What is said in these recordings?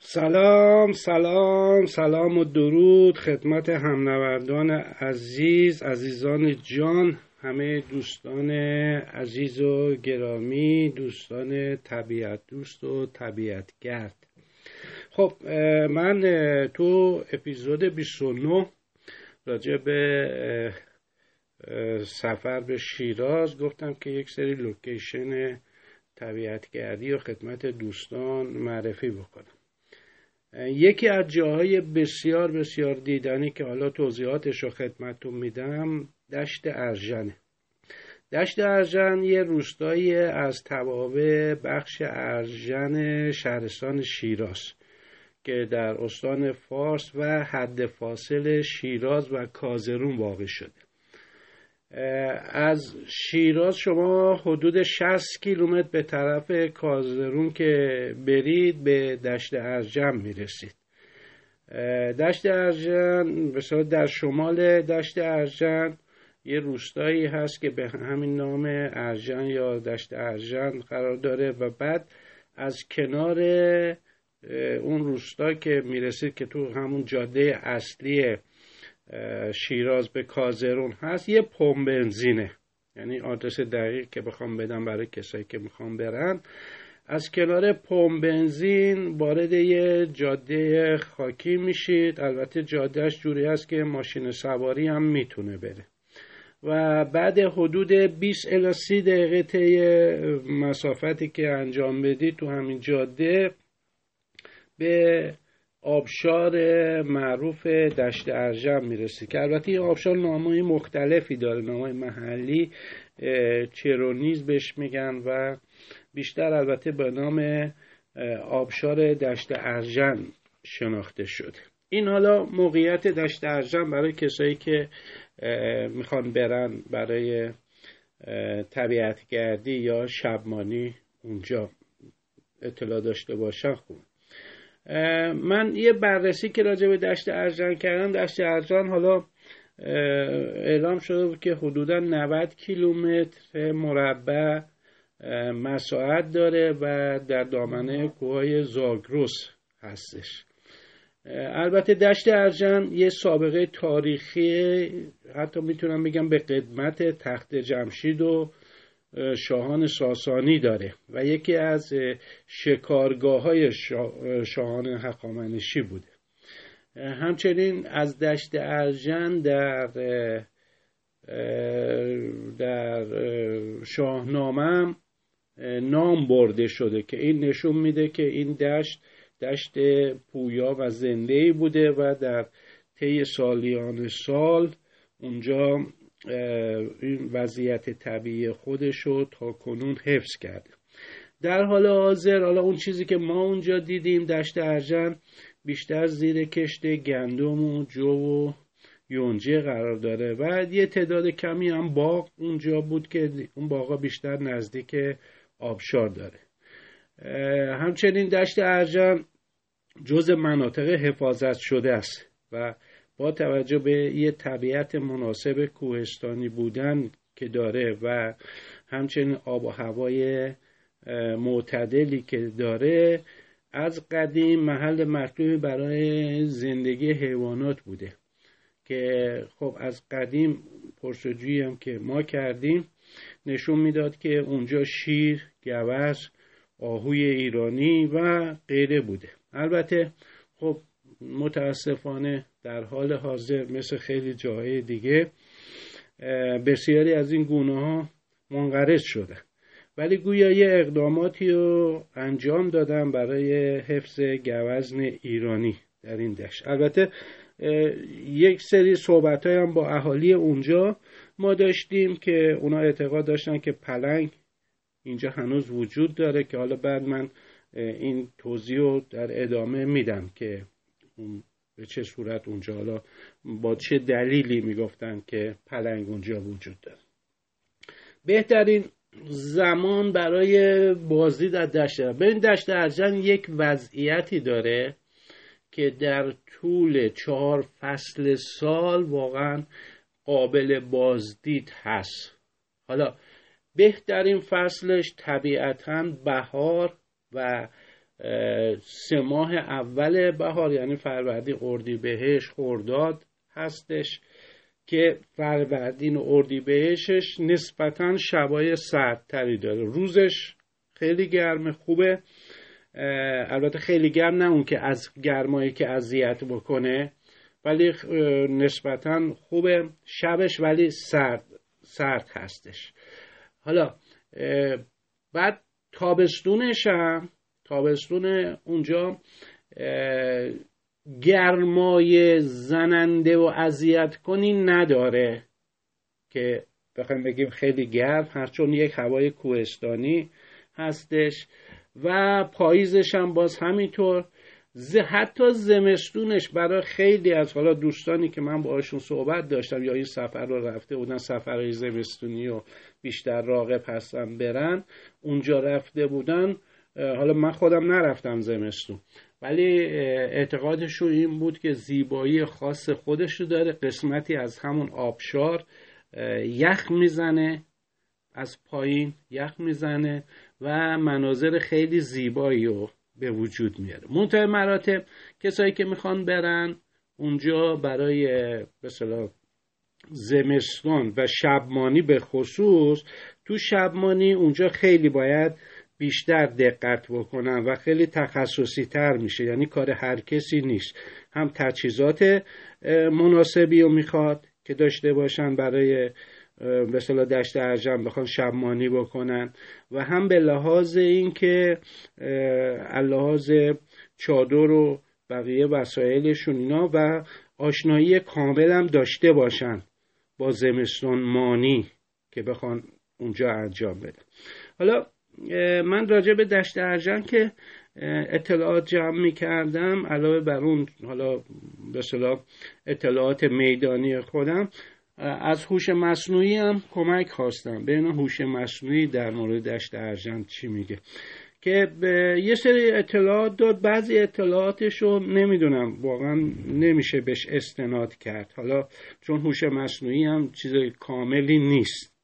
سلام سلام سلام و درود خدمت همنوردان عزیزان جان، همه دوستان عزیز و گرامی، دوستان طبیعت دوست و طبیعتگرد. خب من تو اپیزود 29 راجع به سفر به شیراز گفتم که یک سری لوکیشن طبیعتگردی و خدمت دوستان معرفی بکنم. یکی از جاهای بسیار بسیار دیدنی که حالا توضیحاتش رو خدمتتون میدم دشت ارژنه. دشت ارژن یه روستایی از توابع بخش ارژن شهرستان شیراز که در استان فارس و حد فاصل شیراز و کازرون واقع شده. از شیراز شما حدود 60 کیلومتر به طرف کازرون که برید به دشت ارژن میرسید. دشت ارژن مثلا در شمال دشت ارژن یه روستایی هست که به همین نام ارژن یا دشت ارژن قرار داره و بعد از کنار اون روستا که میرسید که تو همون جاده اصلی شیراز به کازرون هست یه پمپ بنزینه، یعنی آدرس دقیق که بخوام بدم برای کسایی که میخوام برن، از کنار پمپ بنزین وارد یه جاده خاکی میشید. البته جادهش جوری هست که ماشین سواری هم میتونه بره و بعد حدود 20 الی 30 دقیقه طی مسافتی که انجام بدید تو همین جاده به آبشار معروف دشت ارژن میرسید که البته این آبشار نامهای مختلفی داره، نامهای محلی چرونیز بهش میگن و بیشتر البته به نام آبشار دشت ارژن شناخته شده. این حالا موقعیت دشت ارژن برای کسایی که میخوان برن برای طبیعتگردی یا شبمانی اونجا اطلاع داشته باشن خوب. من یه بررسی که راجع به دشت ارژن کردم، دشت ارژن حالا اعلام شده بود که حدوداً 90 کیلومتر مربع مساحت داره و در دامنه کوههای زاگرس هستش. البته دشت ارژن یه سابقه تاریخی، حتی میتونم بگم به قدمت تخت جمشید و شاهان ساسانی داره و یکی از شکارگاه‌های شاهان هخامنشی بوده. همچنین از دشت ارژن در شاهنامه نام برده شده که این نشون میده که این دشت پویا و زنده‌ای بوده و در طی سالیان سال اونجا این وضعیت طبیعی خودشو تا کنون حفظ کرده. در حال حاضر حالا اون چیزی که ما اونجا دیدیم، دشت ارژن بیشتر زیر کشت گندم و جو و یونجه قرار داره و یه تعداد کمی هم باغ اونجا بود که اون باغا بیشتر نزدیک آبشار داره. همچنین دشت ارژن جزء مناطق حفاظت شده است و با توجه به یه طبیعت مناسب کوهستانی بودن که داره و همچنین آب و هوای معتدلی که داره، از قدیم محل مطلوبی برای زندگی حیوانات بوده که خب از قدیم پرسجویی هم که ما کردیم نشون میداد که اونجا شیر، گوز، آهوی ایرانی و غیره بوده. البته خب متاسفانه در حال حاضر مثل خیلی جاهای دیگه بسیاری از این گونه ها منقرض شدن، ولی گویا یه اقداماتی رو انجام دادن برای حفظ گوزن ایرانی در این دشت. البته یک سری صحبت‌های هم با اهالی اونجا ما داشتیم که اونا اعتقاد داشتن که پلنگ اینجا هنوز وجود داره که حالا بعد من این توضیح رو در ادامه میدم که به چه صورت اونجا، حالا با چه دلیلی میگفتن که پلنگ اونجا وجود داره. بهترین زمان برای بازدید از دشت ارژن، ببین دشت ارژن یک وضعیتی داره که در طول 4 فصل سال واقعا قابل بازدید هست. حالا بهترین فصلش طبیعتاً بهار و 3 ماه اول بهار یعنی فروردین، اردیبهشت، خرداد هستش که فروردین و اردیبهشتش نسبتاً شبای سردتری داره، روزش خیلی گرمه، خوبه، البته خیلی گرم نه اون که از گرمایی که اذیت بکنه، ولی نسبتاً خوبه شبش، ولی سرد هستش. حالا بعد تابستون اونجا گرمای زننده و اذیت کنی نداره که بخوایم بگیم خیلی گرم، هرچون یک هوای کوهستانی هستش. و پاییزش هم باز همینطور. حتی زمستونش برای خیلی از حالا دوستانی که من باهاشون صحبت داشتم یا این سفر رو رفته بودن، سفرهای زمستونی و بیشتر راغب هستن برن، اونجا رفته بودن، حالا من خودم نرفتم زمستون، ولی اعتقادشون این بود که زیبایی خاص خودش رو داره. قسمتی از همون آبشار یخ میزنه، از پایین یخ میزنه و مناظر خیلی زیبایی رو به وجود میاره. منتهی مراتب کسایی که میخوان برن اونجا برای به اصطلاح زمستان و شبمانی، به خصوص تو شبمانی اونجا خیلی باید بیشتر دقت بکنن و خیلی تخصصی تر میشه، یعنی کار هر کسی نیست. هم تجهیزات مناسبی رو میخواد که داشته باشن برای به اصطلاح دشت ارژن بخوان شبمانی بکنن، و هم به لحاظ این که لحاظ چادر و بقیه وسایلشون اینا و آشنایی کامل هم داشته باشن با زمستان مانی که بخوان اونجا انجام بدن. حالا من راجع به دشت ارژن که اطلاعات جمع می‌کردم، علاوه بر اون حالا به اصطلاح اطلاعات میدانی خودم، از هوش مصنوعی هم کمک خواستم. ببین هوش مصنوعی در مورد دشت ارژن چی میگه، که یه سری اطلاعات داد. بعضی اطلاعاتشو نمیدونم، واقعا نمیشه بهش استناد کرد، حالا چون هوش مصنوعی هم چیز کاملی نیست.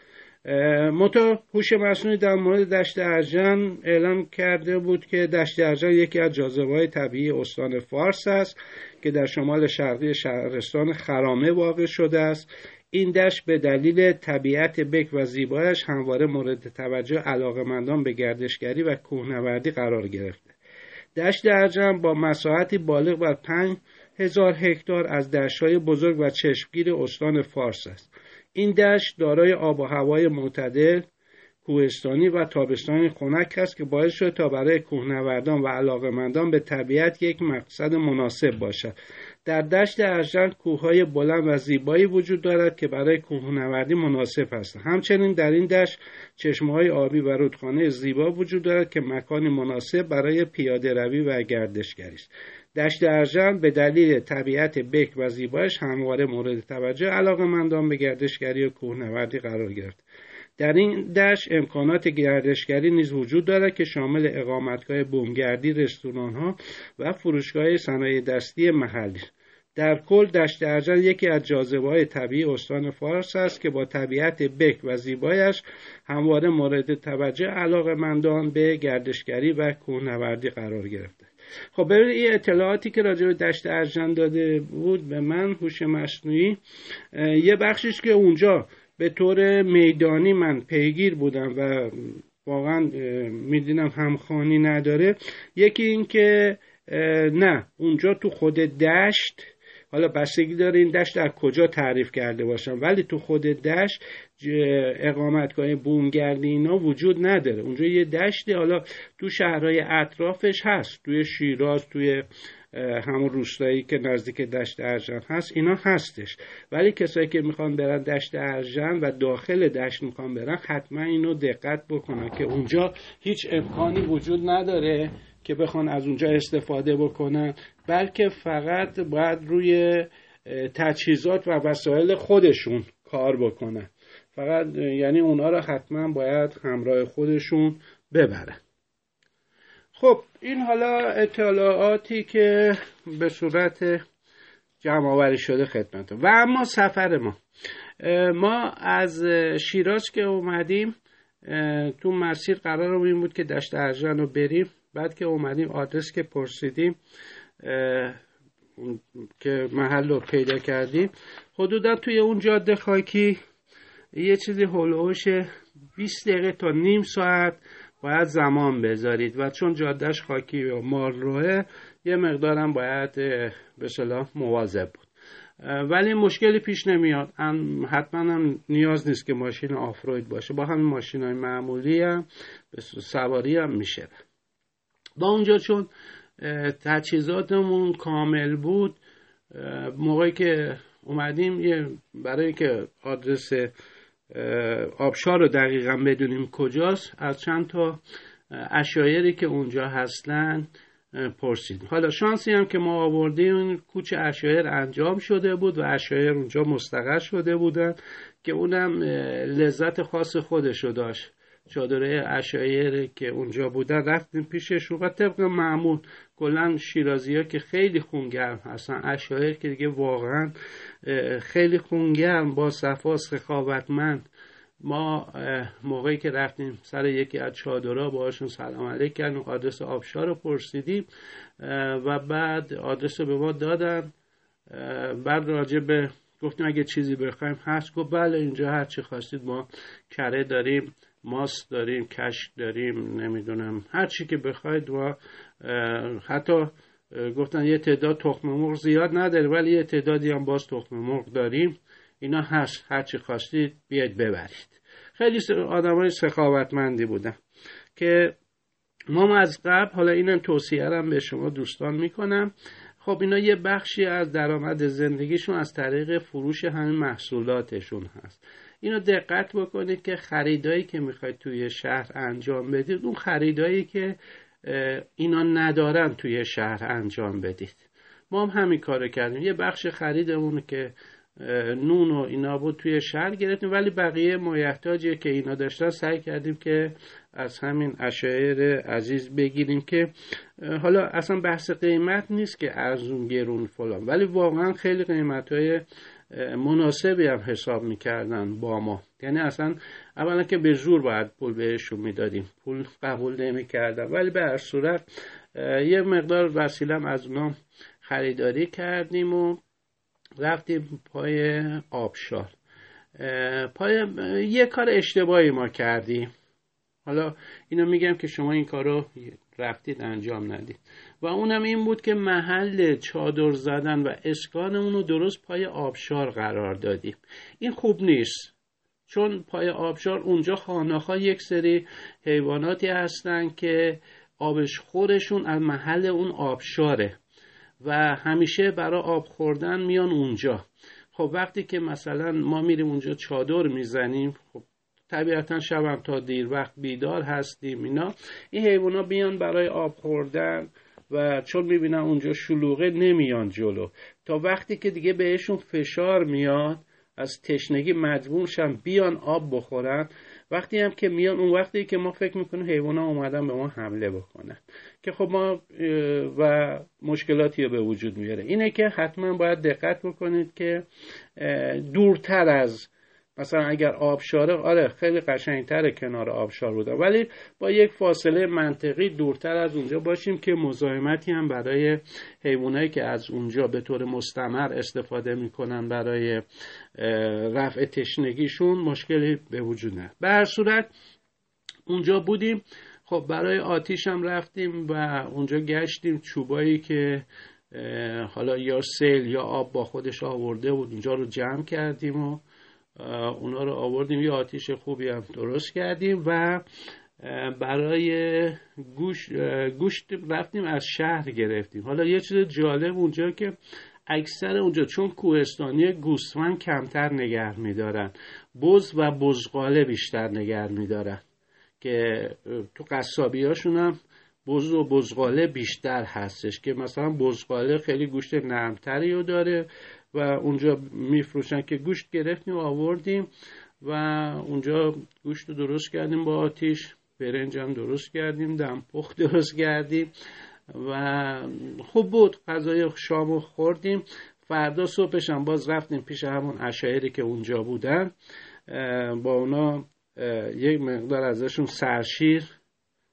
هوش مصنوعی در مورد دشت ارژن اعلام کرده بود که دشت ارژن یکی از جاذبه‌های طبیعی استان فارس است که در شمال شرقی شهرستان خرامه واقع شده است. این دشت به دلیل طبیعت بکر و زیبایش همواره مورد توجه علاقه‌مندان به گردشگری و کوهنوردی قرار گرفته. دشت ارژن با مساحتی بالغ بر 5000 هکتار از دشت‌های بزرگ و چشمگیر استان فارس است. این دشت دارای آب و هوای معتدل، کوهستانی و تابستانی خنک است که باعث شده تا برای کوهنوردان و علاقه‌مندان به طبیعت یک مقصد مناسب باشد. در دشت ارژن کوه‌های بلند و زیبایی وجود دارد که برای کوهنوردی مناسب هستند. همچنین در این دشت چشمه‌های آبی و رودخانه زیبا وجود دارد که مکانی مناسب برای پیاده‌روی و گردشگری است. دشت ارژن به دلیل طبیعت بکر و زیبایش همواره مورد توجه علاقه‌مندان به گردشگری و کوهنوردی قرار گرفت. در این دشت امکانات گردشگری نیز وجود دارد که شامل اقامتگاه بومگردی، رستوران‌ها و فروشگاه صنایع دستی محلی. در کل دشت ارژن یکی از جاذبه‌های طبیعی استان فارس است که با طبیعت بکر و زیبایش همواره مورد توجه علاقه‌مندان به گردشگری و کوهنوردی قرار گرفته. خب ببینید این اطلاعاتی که راجع به دشت ارژن داده بود به من هوش مصنوعی، یه بخشش که اونجا به طور میدانی من پیگیر بودم و واقعا میدونم همخوانی نداره. یکی این که نه اونجا تو خود دشت، حالا بستگی داره این دشت در کجا تعریف کرده باشم، ولی تو خود دشت اقامتگاه بومگردی اینا وجود نداره. اونجا یه دشتی، حالا تو شهرهای اطرافش هست، توی شیراز، توی همون روستایی که نزدیک دشت ارژن هست اینا هستش، ولی کسایی که میخوان برن دشت ارژن و داخل دشت میخوان برن حتما اینو دقت بکنن که اونجا هیچ امکانی وجود نداره که بخوان از اونجا استفاده بکنن، بلکه فقط باید روی تجهیزات و وسایل خودشون کار بکنن. فقط یعنی اونا رو حتما باید همراه خودشون ببرن. خب این حالا اطلاعاتی که به صورت جمع آوری شده خدمت. و اما سفر ما از شیراز که اومدیم تو مسیر قرارمون این بود که دشت ارژن رو بریم بعد که اومدیم آدرس که پرسیدیم که محل رو پیدا کردیم، حدودا توی اون جاده خاکی یه چیزی هولوش 20 دقیقه تا نیم ساعت باید زمان بذارید و چون جادهش خاکی و مارروه یه مقدارم باید به اصطلاح مواظب بود. ولی مشکلی پیش نمیاد، حتما هم نیاز نیست که ماشین آفروید باشه، با همین ماشینای معمولی هم به سواری هم میشه. با اونجا چون تجهیزاتمون کامل بود، موقعی که اومدیم برای که آدرس آبشار رو دقیقا بدونیم کجاست، از چند تا عشایری که اونجا هستن پرسید. حالا شانسی هم که ما آوردیم کوچه عشایر انجام شده بود و عشایر اونجا مستقر شده بودن که اونم لذت خاص خودشو داشت. چادره عشایر که اونجا بودن رفتیم پیششون و طبق معمول کلا شیرازی‌ها که خیلی خونگرم هستن، عشایر که دیگه واقعا خیلی خونگرم با صفا سخاوتمند، ما موقعی که رفتیم سر یکی از چادرها باهاشون سلام علیک کردیم، آدرس آبشار رو پرسیدیم و بعد آدرس رو به ما دادن. بعد راجع به گفتیم اگه چیزی بخوایم هست، گفت بله اینجا هر چی خواستید، ما کره داریم، ماست داریم، کشک داریم، نمیدونم هر چی که بخواید. و حتی گفتن یه تعداد تخم مرغ زیاد نداره ولی یه تعدادی هم باز تخم مرغ داریم، اینا هست، هر چی خواستید بیاید ببرید. خیلی آدمای سخاوتمندی بودن که ما از قبل، حالا اینم توصیه‌ام به شما دوستان میکنم، خب اینا یه بخشی از درآمد زندگیشون از طریق فروش همین محصولاتشون هست. اینو دقت بکنید که خریدایی که میخواید توی شهر انجام بدید، اون خریدایی که اینا ندارن توی شهر انجام بدید. ما هم همین کارو کردیم، یه بخش خریدمون که نون و اینا بود توی شهر گرفتیم، ولی بقیه مایحتاجی که اینا داشتن سعی کردیم که از همین عشایر عزیز بگیریم که حالا اصلا بحث قیمت نیست که ارزون گرون فلان، ولی واقعا خیلی قیمتهای مناسبی هم حساب میکردن با ما. یعنی اصلا اولا که به زور باید پول بهشون میدادیم، پول قبول نمیکردن، ولی به هر صورت یه مقدار وسیلم از اونا خریداری کردیم و رفتیم پای آبشار. یه کار اشتباهی ما کردیم، حالا اینو میگم که شما این کارو رفتید انجام ندید، و اونم این بود که محل چادر زدن و اسکانمون رو درست پای آبشار قرار دادیم. این خوب نیست، چون پای آبشار اونجا خانه‌ها یک سری حیواناتی هستن که آبش خورشون از محل اون آبشاره و همیشه برای آب خوردن میان اونجا. خب وقتی که مثلا ما میریم اونجا چادر میزنیم، خب طبیعتا شبم تا دیر وقت بیدار هستیم، این حیوانا بیان برای آب خوردن و چون میبینن اونجا شلوغه نمیان جلو، تا وقتی که دیگه بهشون فشار میاد از تشنگی مجبور شن بیان آب بخورن. وقتی هم که میان اون وقتی که ما فکر میکنیم حیوانا اومدن به ما حمله بکنن، که خب ما و مشکلاتی رو به وجود میاره. اینه که حتما باید دقت بکنید که دورتر از مثلا اگر آبشاره، آره خیلی قشنگتره کنار آبشار بوده، ولی با یک فاصله منطقی دورتر از اونجا باشیم که مزاحمتی هم برای حیوانایی که از اونجا به طور مستمر استفاده میکنن برای رفع تشنگیشون مشکلی به وجود نیاد. به هر صورت اونجا بودیم. خب برای آتیش هم رفتیم و اونجا گشتیم، چوبایی که حالا یا سیل یا آب با خودش آورده بود اونجا رو جمع کردیم و اونا رو آوردیم، یه آتیش خوبی هم درست کردیم و برای گوشت رفتیم از شهر گرفتیم. حالا یه چیز جالب اونجا که اکثر اونجا چون کوهستانی گوسفند کمتر نگه میدارن، بز و بزغاله بیشتر نگه میدارن، که تو قصابی هاشون هم بز و بزغاله بیشتر هستش، که مثلا بزغاله خیلی گوشت نرمتری رو داره و اونجا میفروشن. که گوشت گرفتیم و آوردیم و اونجا گوشت رو درست کردیم با آتیش، برنج هم درست کردیم، دمپخت درست کردیم و خوب بود. غذای شامو خوردیم. فردا صبحش هم باز رفتیم پیش همون عشایری که اونجا بودن، با اونا یک مقدار ازشون سرشیر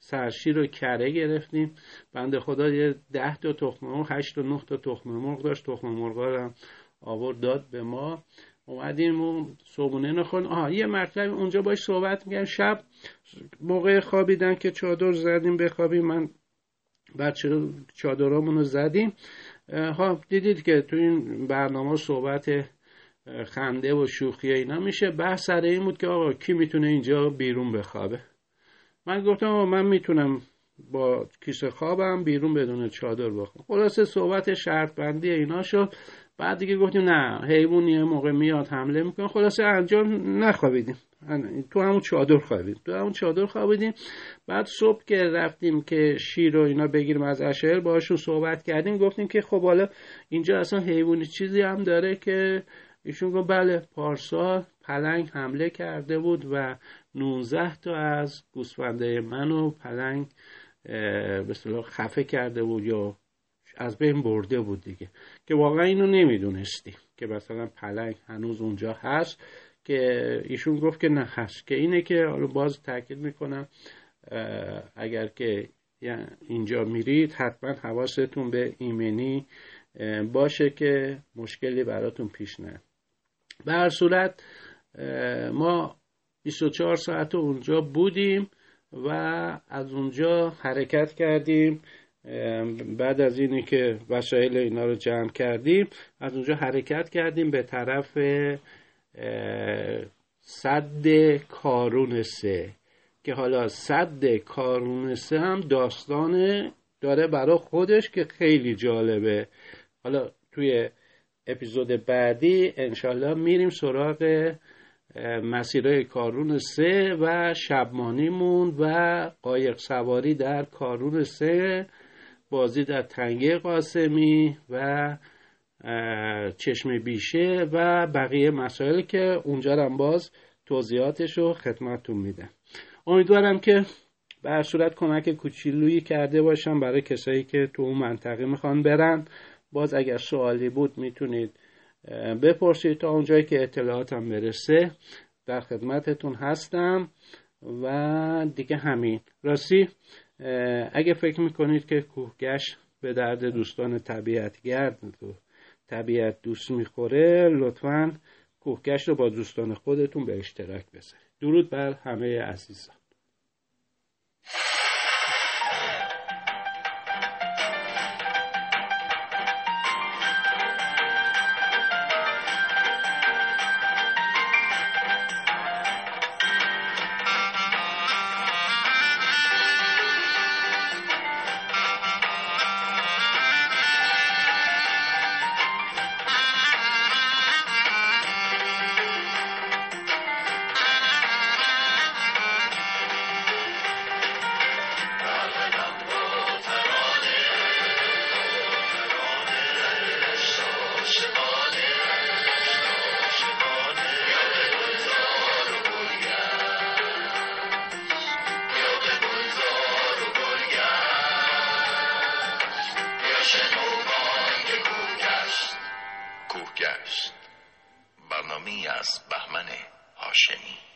سرشیر و کره گرفتیم. بنده خدا یه 10 تا تخم مرغ، 8 تا 9 تا تخم مرغ داشت. تخم مرغا رو آورد داد به ما. اومدیم و صبحونه نخورد. یه مطلب اونجا باش صحبت می‌کردم. شب موقع خوابیدن که چادر زدیم بخوابیم، من بچه چادرامون رو زدیم. دیدید که تو این برنامه صحبت خنده و شوخی اینا میشه. بحث سر این بود که آقا کی میتونه اینجا بیرون بخوابه. من گفتم من میتونم با کیسه خوابم بیرون بدون چادر بخوابم. خلاصه صحبت شرط بندی اینا شد. بعد دیگه گفتیم نه، حیوان یه موقع میاد حمله میکنه. خلاصه انجام نخوابیدیم، تو همون چادر خوابیدیم. بعد صبح که رفتیم که شیر و اینا بگیریم از عشایر، باهاشون صحبت کردیم، گفتیم که خب حالا اینجا اصلا حیوانی چیزی هم داره که ایشون گفت بله، پارسال پلنگ حمله کرده بود و 19 تا از گوسفندای منو پلنگ به اصطلاح خفه کرده بود یا از بین برده بود دیگه. که واقعا اینو نمیدونستی که مثلا پلنگ هنوز اونجا هست، که ایشون گفت که نه هست. که اینه که حالا باز تاکید میکنم اگر که اینجا میرید حتما حواستون به ایمنی باشه که مشکلی براتون پیش نیاد. به هر صورت ما 24 ساعت اونجا بودیم و از اونجا حرکت کردیم. بعد از اینی که وسایل اینا رو جمع کردیم، از اونجا حرکت کردیم به طرف سد کارون 3. که حالا سد کارون 3 هم داستان داره برای خودش که خیلی جالبه. حالا توی اپیزود بعدی انشالله میریم سراغ مسیرهای کارون 3 و شبمانیمون و قایق سواری در کارون 3، بازی در تنگه قاسمی و چشم بیشه و بقیه مسائل که اونجا هم باز توضیحاتش رو خدمتتون میدم. امیدوارم که به هر صورت کمک کوچولویی کرده باشم برای کسایی که تو اون منطقه میخوان برن. باز اگر سوالی بود میتونید بپرسید، تا اونجایی که اطلاعاتم برسه در خدمتتون هستم. و دیگه همین. راستی اگه فکر میکنید که کوهگشت به درد دوستان طبیعتگرد و طبیعت دوست میخوره، لطفاً کوهگشت رو با دوستان خودتون به اشتراک بذارید. درود بر همه عزیزان. کوهگشت، برنامه‌ای از بهمن هاشمی.